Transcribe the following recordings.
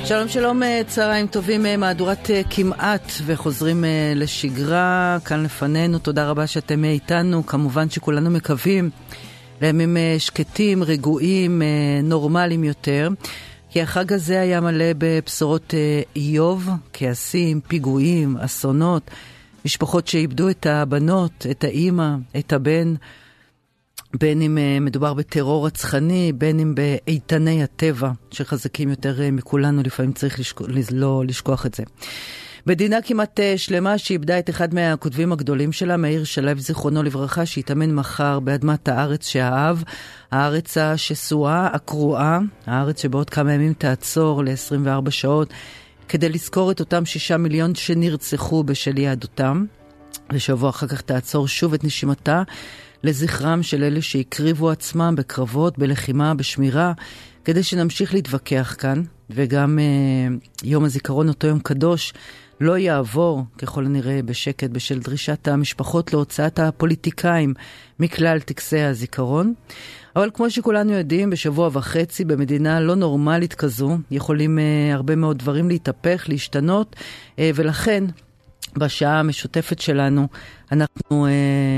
שלום שלום, צהריים טובים, מהדורת כמעט וחוזרים לשגרה כאן לפנינו. תודה רבה שאתם איתנו. כמובן שכולנו מקווים לימים שקטים, רגועים, נורמליים יותר, כי החג הזה היה מלא בבשורות איוב, כעסים, פיגועים, אסונות, משפחות שאיבדו את הבנות, את האמא, את הבן, בין אם מדובר בטרור רצחני, בין אם באיתני הטבע שחזקים יותר מכולנו, לפעמים צריך לא לשכוח את זה. מדינה כמעט שלמה שאיבדה את אחד מהכותבים הגדולים שלה, מאיר שלו זיכרונו לברכה, שיתאמן מחר באדמת הארץ שאהב, הארץ השסועה, הקרועה, הארץ שבעוד כמה ימים תעצור ל-24 שעות, כדי לזכור את אותם 6 מיליון שנרצחו בשל יהדותם, ושבוע אחר כך תעצור שוב את נשימתה, לזכרם של אלה שהקריבו עצמם בקרבות, בלחימה, בשמירה, כדי שנמשיך להתווכח כאן, וגם יום הזיכרון, אותו יום קדוש, לא יעבור ככל הנראה בשקט בשל דרישת המשפחות להוצאת הפוליטיקאים מכלל טקסי הזיכרון. אבל כמו שכולנו יודעים, בשבוע וחצי במדינה לא נורמלית כזו, יכולים הרבה מאוד דברים להתהפך, להשתנות, ולכן בשעה המשותפת שלנו אנחנו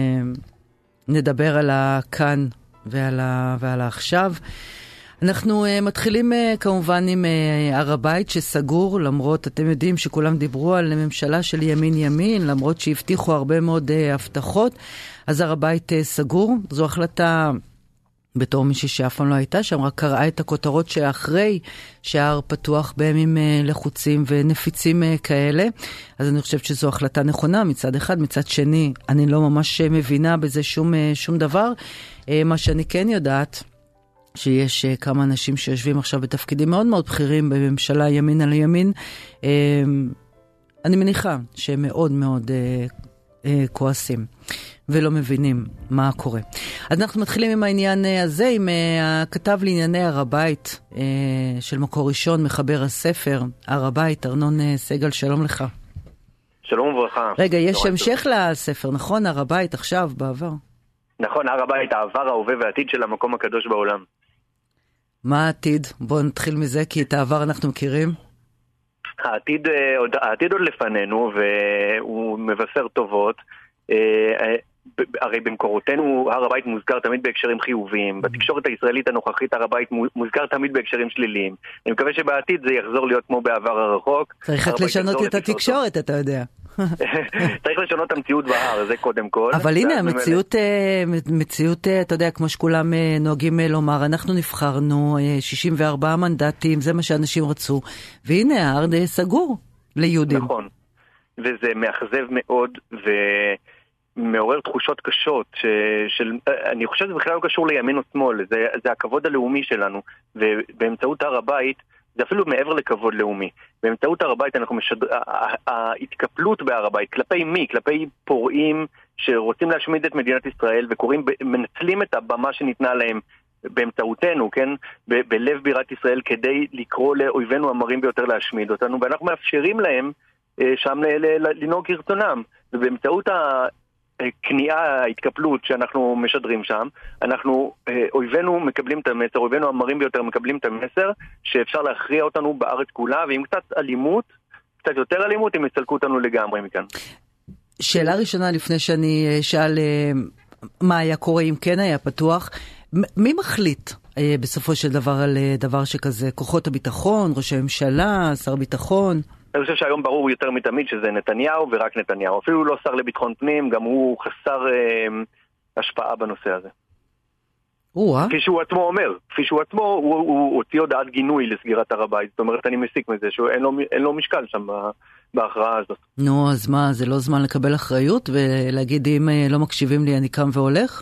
נדבר על הכאן ועל העכשיו. אנחנו מתחילים כמובן עם הר הבית שסגור, למרות אתם יודעים שכולם דיברו על ממשלה של ימין, למרות שהבטיחו הרבה מאוד הבטחות, אז הר הבית סגור. זו החלטה בתור מישהי שאף פעם לא הייתה שם, רק קראה את הכותרות שאחרי שההר פתוח בימים לחוצים ונפיצים כאלה. אז אני חושבת שזו החלטה נכונה מצד אחד, מצד שני אני לא ממש מבינה בזה שום דבר. מה שאני כן יודעת, שיש כמה אנשים שיושבים עכשיו בתפקידים מאוד מאוד בכירים בממשלה ימין על ימין, אני מניחה שהם מאוד מאוד כועסים ולא מבינים מה קורה. אז אנחנו מתחילים עם העניין הזה, עם הכתב לענייני הר הבית של מקור ראשון, מחבר הספר הר הבית, ארנון סגל, שלום לך. שלום וברכה. רגע, יש המשך לספר, נכון? הר הבית עכשיו, בעבר. נכון, הר הבית, העבר, ההווה והעתיד של המקום הקדוש בעולם. מה העתיד? בואו נתחיל מזה, כי את העבר אנחנו מכירים. העתיד עוד לפנינו, והוא מבשר טובות. הרי במקורותינו הר הבית מוזכר תמיד בהקשרים חיוביים, בתקשורת הישראלית הנוכחית הר הבית מוזכר תמיד בהקשרים שליליים. אני מקווה שבעתיד זה יחזור להיות כמו בעבר הרחוק. צריך רק לשנות את התקשורת, אתה יודע. צריך לשנות את המציאות בהר, זה קודם כל. אבל הנה, המציאות, אתה יודע, כמו שכולם נוהגים לומר, אנחנו נבחרנו 64 מנדטים, זה מה שאנשים רצו, והנה ההר די סגור ליהודים. נכון, וזה מאכזב מאוד, מעורר תחושות קשות אני חושב שזה בכלל לא קשור לימין או שמאל, זה הכבוד הלאומי שלנו, ובאמצעות הר הבית זה אפילו מעבר לכבוד לאומי. באמצעות הר הבית ההתקפלות בהר הבית כלפי מי? כלפי פורעים שרוצים להשמיד את מדינת ישראל מנצלים את הבמה שניתנה להם באמצעותנו, כן? בלב בירת ישראל, כדי לקרוא לאויבינו המרים ביותר להשמיד אותנו, ואנחנו מאפשרים להם שם לנהוג כרצונם. ובאמצעות הכניעה, ההתקפלות שאנחנו משדרים שם, אויבינו מקבלים את המסר, אויבינו המרים ביותר מקבלים את המסר שאפשר להכריע אותנו בארץ כולה, ועם קצת אלימות, קצת יותר אלימות, הם יצלקו אותנו לגמרי מכאן. שאלה ראשונה לפני שאני שאל מה היה קורה אם כן היה פתוח, מי מחליט בסופו של דבר על דבר שכזה? כוחות הביטחון, ראש הממשלה, שר ביטחון? אני חושב שהיום ברור יותר מתמיד שזה נתניהו ורק נתניהו. אפילו לא שר לביטחון פנים, גם הוא חסר השפעה בנושא הזה. כפי שהוא עצמו אומר, הוא הוציא הודעת גינוי לסגירת הר הבית. זאת אומרת, אני מסיק מזה שאין לו משקל שם בהכרעה הזאת. נו, אז מה, זה לא זמן לקבל אחריות ולהגיד אם לא מקשיבים לי אני קם והולך?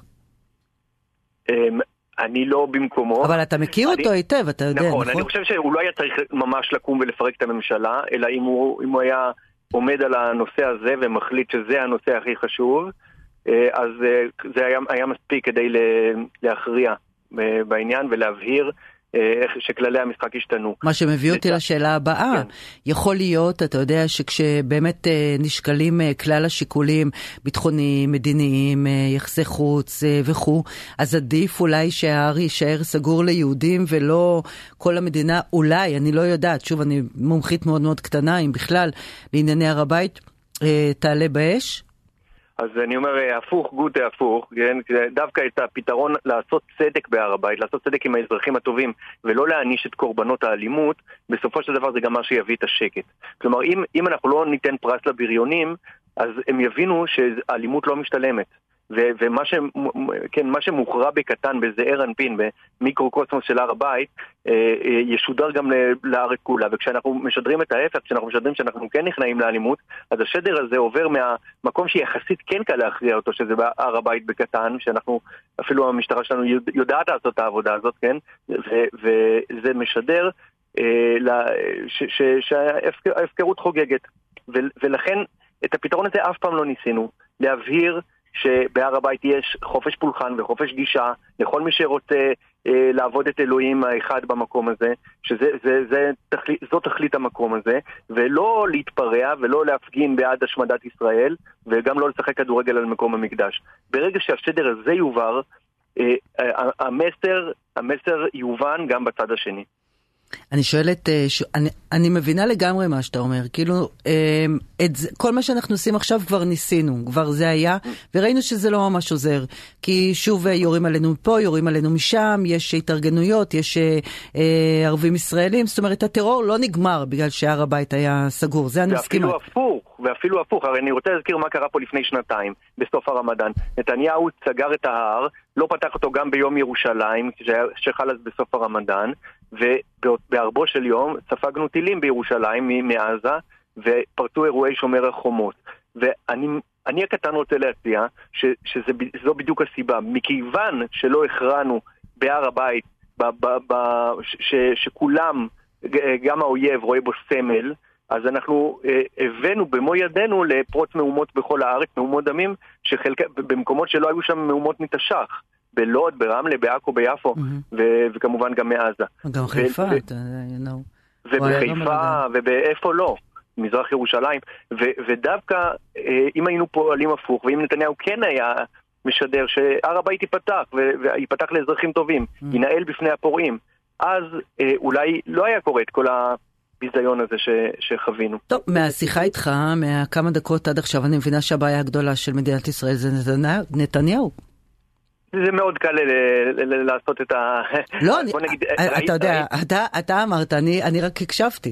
אני לא במקומו. אבל אתה מכיר אותו היטב, אתה יודע, נכון? אני חושב שהוא לא היה צריך ממש לקום ולפרק את הממשלה, אלא אם הוא היה עומד על הנושא הזה ומחליט שזה הנושא הכי חשוב, אז זה היה מספיק כדי להכריע בעניין ולהבהיר שכללי המשחק השתנו. מה שמביא אותי לשאלה הבאה, כן. יכול להיות, אתה יודע, שכשבאמת נשקלים כלל השיקולים ביטחוניים, מדיניים, יחסי חוץ וכו', אז עדיף אולי שההר יישאר סגור ליהודים ולא כל המדינה, אולי, אני לא יודעת, שוב, אני מומחית מאוד מאוד קטנה, אם בכלל, לענייני הר הבית, תעלה באש? אז אני אומר, הפוך, גוטה הפוך, כן? דווקא את הפתרון לעשות צדק בהר הבית, לעשות צדק עם האזרחים הטובים, ולא להעניש את קורבנות האלימות, בסופו של דבר זה גם מה שיביא את השקט. כלומר, אם אנחנו לא ניתן פרס לבריונים, אז הם יבינו שהאלימות לא משתלמת. ומה כן, מה שמוכרע בקטן, בזעיר אנפין, במיקרוקוסמוס של הר הבית, ישודר גם לארץ כולה. וכשאנחנו משדרים את ההפך, כשאנחנו משדרים שאנחנו כן נכנעים לאלימות, אז השדר הזה עובר מהמקום שיחסית כן קל להכריע אותו, שזה בהר הבית בקטן, שאנחנו, אפילו המשטרה שלנו יודעת לעשות את העבודה הזאת, כן? וזה משדר שההפקרות חוגגת. ולכן את הפתרון הזה אף פעם לא ניסינו. להבהיר שבהר הבית יש חופש פולחן וחופש גישה לכל מי שרוצה לעבוד את אלוהים האחד במקום הזה, שזו תכלית המקום הזה, ולא להתפרע ולא להפגין בעד השמדת ישראל, וגם לא לשחק כדורגל על מקום המקדש. ברגע שהשדר הזה יובהר, המסר יובן גם בצד השני. אני שואלת, אני מבינה לגמרי מה שאתה אומר, כאילו, כל מה שאנחנו עושים עכשיו כבר ניסינו, כבר זה היה, וראינו שזה לא ממש עוזר, כי שוב יורים עלינו פה, יורים עלינו משם, יש התארגנויות, יש ערבים ישראלים, זאת אומרת, הטרור לא נגמר בגלל שהר הבית היה סגור, זה אני מסכימה. ואפילו הפוך, הרי אני רוצה להזכיר מה קרה פה לפני שנתיים, בסוף הרמדאן. נתניהו סגר את ההר, לא פתח אותו גם ביום ירושלים, שחל אז בסוף הרמדאן, ובערבו של יום ספגנו טילים בירושלים מעזה, ופרצו אירועי שומר החומות. ואני הקטן רוצה להציע שזו בדיוק הסיבה. מכיוון שלא הכרענו בהר הבית, שכולם, גם האויב רואה בו סמל, אז אנחנו הבאנו במו ידינו לפרוץ מהומות בכל הארץ, מהומות דמים, במקומות שלא היו שם מהומות מתש"ח. בלוד, ברמלה, בעכו, ביפו, וכמובן גם מעזה. גם חיפה, ובחיפה, ובאיפה לא, מזרח ירושלים. ודווקא, אם היינו פועלים הפוך, ואם נתניהו כן היה משדר שהר הבית ייפתח, ויפתח לאזרחים טובים, ינהל בפני הפורעים, אז אולי לא היה קורה את כל הביזיון הזה שחווינו. טוב, מהשיחה איתך, מהכמה דקות עד עכשיו, אני מבינה שהבעיה הגדולה של מדינת ישראל זה נתניהו. זה מאוד קל לעשות את ה... לא, אתה יודע, אתה אמרת, אני רק הקשבתי.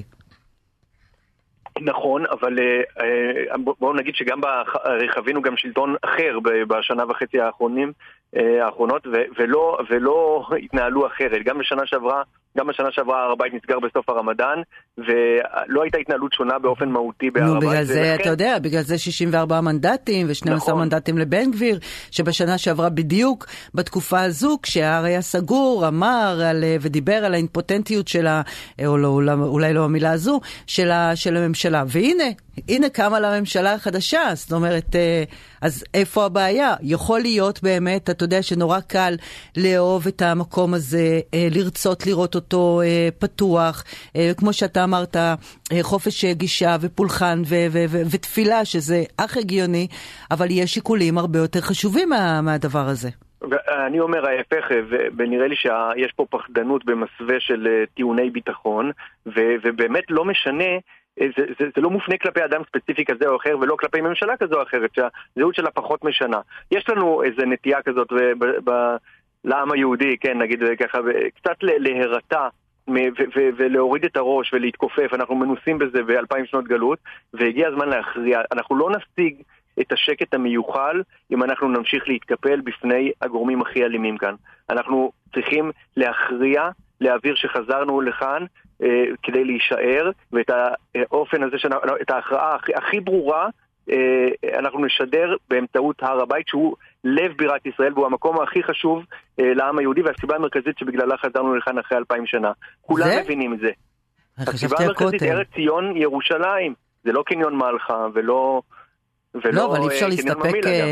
נכון, אבל בואו נגיד שגם חווינו גם שלטון אחר בשנה וחצי האחרונות, ולא התנהלו אחרת. גם בשנה שעברה הר הבית נסגר בסוף הרמדאן, ולא הייתה התנהלות שונה באופן מהותי בהר הבית. בגלל זה, אתה יודע, בגלל זה 64 מנדטים ו12 מנדטים לבן גביר, שבשנה שעברה בדיוק בתקופה הזו, כשההר היה סגור, אמר ודיבר על האימפוטנטיות שלה, או אולי לא המילה הזו, של הממשלה. והנה קמה לממשלה החדשה, זאת אומרת, אז איפה הבעיה? יכול להיות באמת, אתה יודע שנורא קל לאהוב את המקום הזה, לרצות לראות אותו פתוח, כמו שאתה אמרת, חופש גישה ופולחן ותפילה, שזה אך הגיוני, אבל יש שיקולים הרבה יותר חשובים מהדבר הזה. אני אומר ההפך, ונראה לי שיש פה פחדנות במסווה של טיעוני ביטחון, ובאמת לא משנה, זה לא מופנה כלפי אדם ספציפי כזה או אחר, ולא כלפי ממשלה כזו או אחרת, שהזהות שלה פחות משנה. יש לנו איזו נטייה כזאת לעם היהודי, כן, נגיד ככה, קצת להירתע ולהוריד את הראש ולהתכופף. אנחנו מנוסים בזה ב2000 שנות גלות, והגיע הזמן להכריע. אנחנו לא נשיג את השקט המיוחל אם אנחנו נמשיך להתקפל בפני הגורמים הכי אלימים כאן. אנחנו צריכים להכריע, להעביר שחזרנו לכאן כדי להישאר, ואת האופן הזה, את ההכרעה הכי ברורה, אנחנו נשדר באמצעות הר הבית, שהוא לב בירת ישראל, והוא המקום הכי חשוב לעם היהודי, והסיבה המרכזית שבגללה חזרנו לכאן אחרי 2000 שנה. כולם מבינים את זה. הסיבה המרכזית, ארץ ציון, ירושלים. זה לא קניון מלכה, ולא לא, אבל אי אפשר להסתפק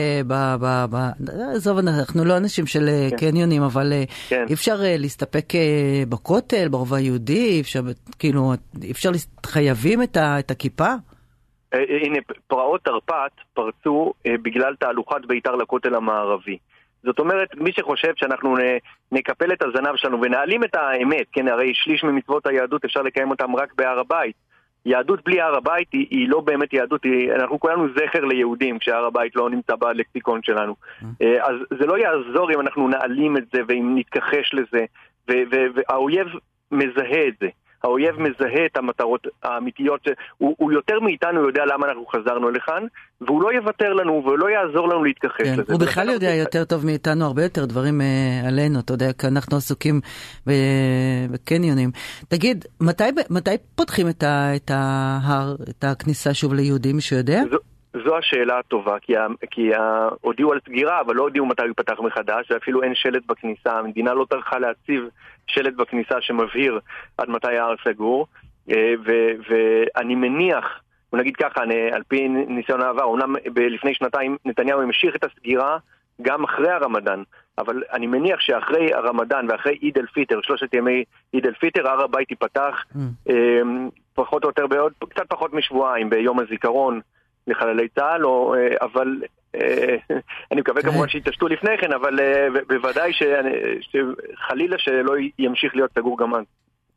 עזוב, אנחנו לא אנשים של קניונים, אבל אי אפשר להסתפק בכותל, ברובע היהודי, אי אפשר חייבים את הכיפה? הנה, פרעות תרפ"ט פרצו בגלל תהלוכת בית"ר לכותל המערבי. זאת אומרת, מי שחושב שאנחנו נקפל את הזנב שלנו ונעלים את האמת, כן, הרי שליש ממצוות היהדות אפשר לקיים אותם רק בהר הבית. יהדות בלי הר הבית היא לא באמת יהדות, אנחנו כולנו זכר ליהודים כשהר הבית לא נמצא בלקסיקון שלנו. אז זה לא יעזור אם אנחנו נעלים את זה ואם נתכחש לזה, והאויב מזהה את זה. האויב מזהה את המטרות האמיתיות, הוא יותר מאיתנו יודע למה אנחנו חזרנו לכאן, והוא לא יוותר לנו, והוא לא יעזור לנו להתכחש לזה. הוא בכלל יודע יותר טוב מאיתנו הרבה יותר דברים עלינו, אתה יודע, כי אנחנו עסוקים בקניונים. תגיד, מתי פותחים את ההר, את הכניסה שוב ליהודים, מישהו יודע? זו השאלה הטובה, כי הודיעו על סגירה, אבל לא הודיעו מתי הוא פתח מחדש, ואפילו אין שלט בכניסה, המדינה לא טרחה להציב שלט בכניסה שמבהיר עד מתי ההר סגור, ואני מניח, ונגיד ככה, על פי ניסיון העבר, אומנם לפני שנתיים נתניהו המשיך את הסגירה גם אחרי הרמדאן, אבל אני מניח שאחרי הרמדאן ואחרי עיד אל פיטר, 3 ימי עיד אל פיטר, הר הבית ייפתח פחות או יותר בעוד, קצת פחות משבועיים, ביום הזיכרון לחללי צה"ל, אבל אני מקווה כמובן שיתשתו לפני כן, אבל בוודאי שחלילה שלא ימשיך להיות סגור גם אז.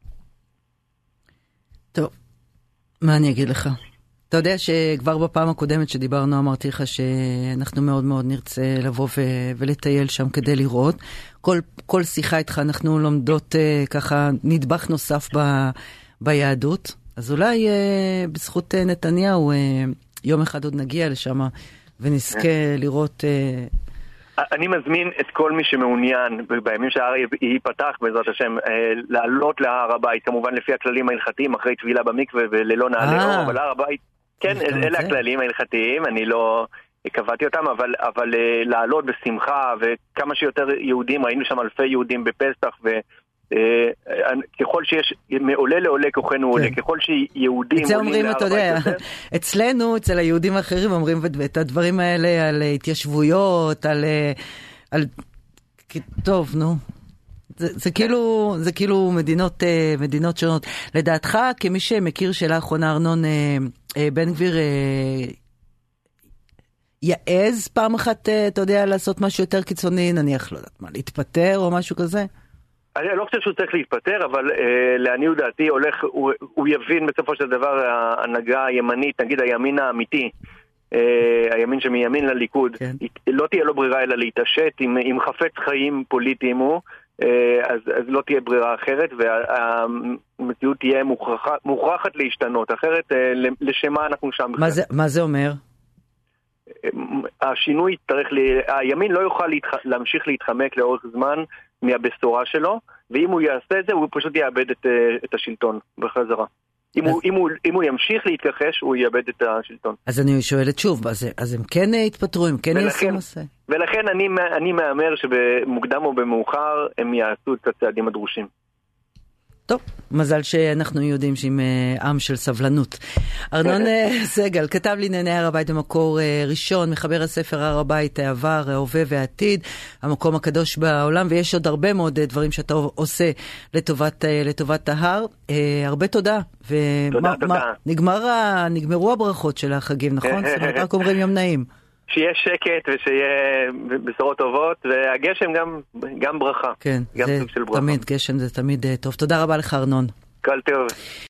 טוב, מה אני אגיד לך? אתה יודע שכבר בפעם הקודמת שדיברנו אמרתי לך שאנחנו מאוד מאוד נרצה לבוא ולטייל שם כדי לראות. כל שיחה איתך אנחנו לומדות ככה נדבך נוסף ביהדות. אז אולי בזכות נתניהו יום אחד עוד נגיע לשם ונזכה לראות... אני מזמין את כל מי שמעוניין בימים שההר ייפתח בעזרת השם לעלות להר הבית, כמובן לפי הכללים ההלכתיים, אחרי טבילה במקווה וללא נעלי אור, אבל הר הבית, כן, אלה הכללים ההלכתיים, אני לא קבעתי אותם, אבל לעלות בשמחה וכמה שיותר יהודים, ראינו שם אלפי יהודים בפסח ככל שיש מעולה לעולה כוחנו עולה, ככל שיהודים את זה אומרים, אתה יודע, אצלנו, אצל היהודים האחרים אומרים את הדברים האלה על התיישבויות, על טוב, נו זה כאילו מדינות שונות. לדעתך, כמי שמכיר שאלה האחרונה, ארנון, בן גביר יעז פעם אחת, אתה יודע, לעשות משהו יותר קיצוני, נניח, לא יודעת מה, להתפטר או משהו כזה? אני לא חושב שהוא צריך להתפטר, אבל לעניות דעתי הוא יבין בסופו של דבר ההנהגה הימנית, נגיד הימין האמיתי, הימין שמימין לליכוד, לא תהיה לו ברירה אלא להתעשת, אם חפץ חיים פוליטיים הוא, אז לא תהיה ברירה אחרת, והמציאות תהיה מוכרחת להשתנות, אחרת לשמה אנחנו שם. מה זה אומר? השינוי צריך, הימין לא יוכל להמשיך להתחמק לאורך זמן מהבשורה שלו, ואם הוא יעשה את זה, הוא פשוט יאבד את השלטון בחזרה. אם הוא ימשיך להתכחש, הוא יאבד את השלטון. אז אני שואלת שוב, אז הם כן התפטרו, הם כן יעשו מסע? ולכן אני מאמר שבמוקדם או במאוחר הם יעשו את הצעדים הדרושים. טוב, מזל שאנחנו יודעים שעם עם של סבלנות. ארנון סגל כתב לי לענייני הר הבית במקור ראשון, מחבר הספר הר הבית, העבר, ההווה והעתיד, המקום הקדוש בעולם, ויש עוד הרבה מאוד דברים שאתה עושה לטובת ההר. הרבה תודה. תודה. נגמרו הברכות של החגים, נכון? רק אומרים יום נעים. שיהיה שקט ושיהיה בשורות טובות, והגשם גם ברכה. כן, תמיד, גשם זה תמיד טוב. תודה רבה לך, ארנון. כל טוב.